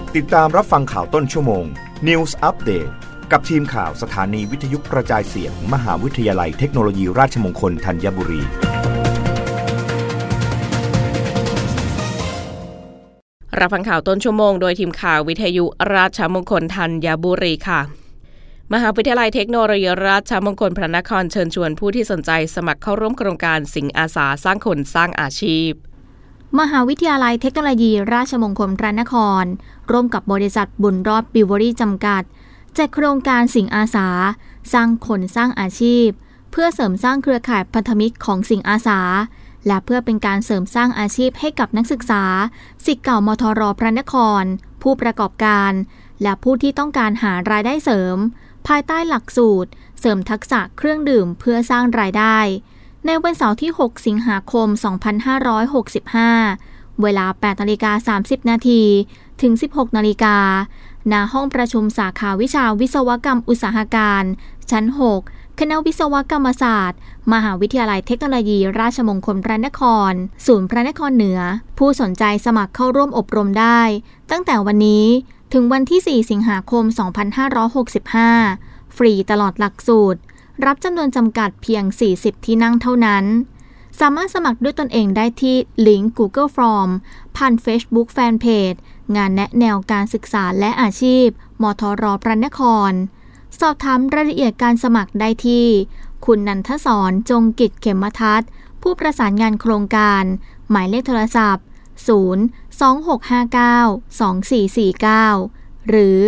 ติดตามรับฟังข่าวต้นชั่วโมง News Update กับทีมข่าวสถานีวิทยุกระจายเสียง มหาวิทยาลัยเทคโนโลยีราชมงคลธัญบุรีรับฟังข่าวต้นชั่วโมงโดยทีมข่าววิทยุราชมงคลธัญบุรีค่ะมหาวิทยาลัยเทคโนโลยีราชมงคลพระนครเชิญชวนผู้ที่สนใจสมัครเข้าร่วมโครงการสิงห์อาสาสร้างคนสร้างอาชีพมหาวิทยาลัยเทคโนโลยีราชมงคลพระนครร่วมกับบริษัทบุญรอดบิวเวอรี่จำกัดจัดโครงการสิงห์อาสาสร้างคนสร้างอาชีพเพื่อเสริมสร้างเครือข่ายพันธมิตรของสิงห์อาสาและเพื่อเป็นการเสริมสร้างอาชีพให้กับนักศึกษาศิษย์เก่ามทร.พระนครผู้ประกอบการและผู้ที่ต้องการหารายได้เสริมภายใต้หลักสูตรเสริมทักษะเครื่องดื่มเพื่อสร้างรายได้ในวันเสาร์ที่6สิงหาคม2565เวลา 8:30 น.ถึง 16:00 น.ณห้องประชุมสาขาวิชาวิศวกรรมอุตสาหการชั้น6คณะวิศวกรรมศาสตร์มหาวิทยาลัยเทคโนโลยีราชมงคลพระนครศูนย์พระนครเหนือผู้สนใจสมัครเข้าร่วมอบรมได้ตั้งแต่วันนี้ถึงวันที่4สิงหาคม2565ฟรีตลอดหลักสูตรรับจำนวนจำกัดเพียง40ที่นั่งเท่านั้นสามารถสมัครด้วยตนเองได้ที่ลิงก์ Google Form ผ่าน Facebook Fanpage งานแนะแนวการศึกษาและอาชีพมทร.พระนครสอบถามรายละเอียดการสมัครได้ที่คุณนันทศรจงกิจเข็มทัศน์ผู้ประสานงานโครงการหมายเลขโทรศัพท์026592449หรือ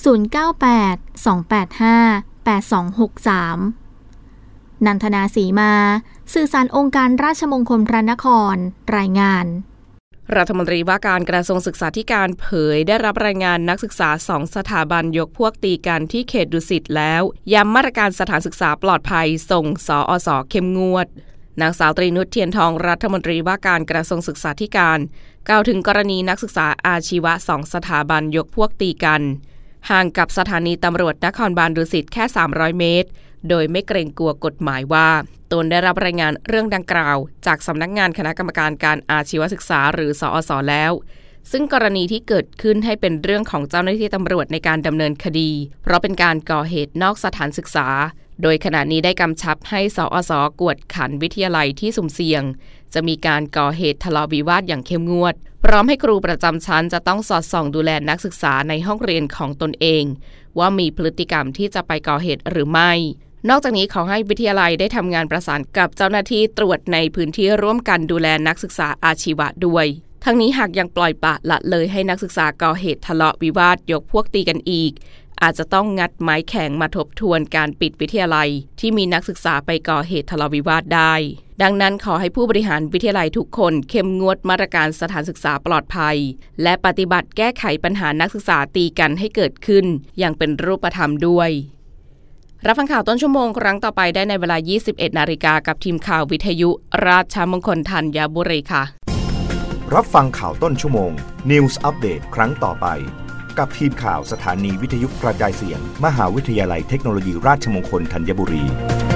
0982858263นันทนาศรีมาสื่อสารองค์การราชมงคลพระนครรายงานรัฐมนตรีว่าการกระทรวงศึกษาธิการเผยได้รับรายงานนักศึกษา2สถาบันยกพวกตีกันที่เขตดุสิตแล้วย้ำมาตรการสถานศึกษาปลอดภัยส่งสอส.เข้มงวดนางสาวตรีนุชเทียนทองรัฐมนตรีว่าการกระทรวงศึกษาธิการกล่าวถึงกรณีนักศึกษาอาชีวะ2สถาบันยกพวกตีกันห่างกับสถานีตำรวจนครบาลดุสิตแค่300เมตรโดยไม่เกรงกลัวกฎหมายว่าตนได้รับรายงานเรื่องดังกล่าวจากสำนักงานคณะกรรมการการอาชีวศึกษาหรือสอส.แล้วซึ่งกรณีที่เกิดขึ้นให้เป็นเรื่องของเจ้าหน้าที่ตำรวจในการดำเนินคดีเพราะเป็นการก่อเหตุนอกสถานศึกษาโดยขณะนี้ได้กำชับให้สอส.กวดขันวิทยาลัยที่สุ่มเสี่ยงจะมีการก่อเหตุทะเลาะวิวาทอย่างเข้มงวดพร้อมให้ครูประจำชั้นจะต้องสอดส่องดูแลนักศึกษาในห้องเรียนของตนเองว่ามีพฤติกรรมที่จะไปก่อเหตุหรือไม่นอกจากนี้ขอให้วิทยาลัยได้ทำงานประสานกับเจ้าหน้าที่ตรวจในพื้นที่ร่วมกันดูแลนักศึกษาอาชีวะด้วยทั้งนี้หากยังปล่อยปละละเลยให้นักศึกษาก่อเหตุทะเลาะวิวาทยกพวกตีกันอีกอาจจะต้องงัดไม้แข็งมาทบทวนการปิดวิทยาลัยที่มีนักศึกษาไปก่อเหตุทะเลาะวิวาทได้ดังนั้นขอให้ผู้บริหารวิทยาลัยทุกคนเข้มงวดมาตรการสถานศึกษาปลอดภัยและปฏิบัติแก้ไขปัญหานักศึกษาตีกันให้เกิดขึ้นอย่างเป็นรูปธรรมด้วยรับฟังข่าวต้นชั่วโมงครั้งต่อไปได้ในเวลา 21:00 น.กับทีมข่าววิทยุราชมงคลธัญบุรีค่ะรับฟังข่าวต้นชั่วโมง News Update ครั้งต่อไปกับทีมข่าวสถานีวิทยุกระจายเสียง มหาวิทยาลัยเทคโนโลยีราชมงคลธัญบุรี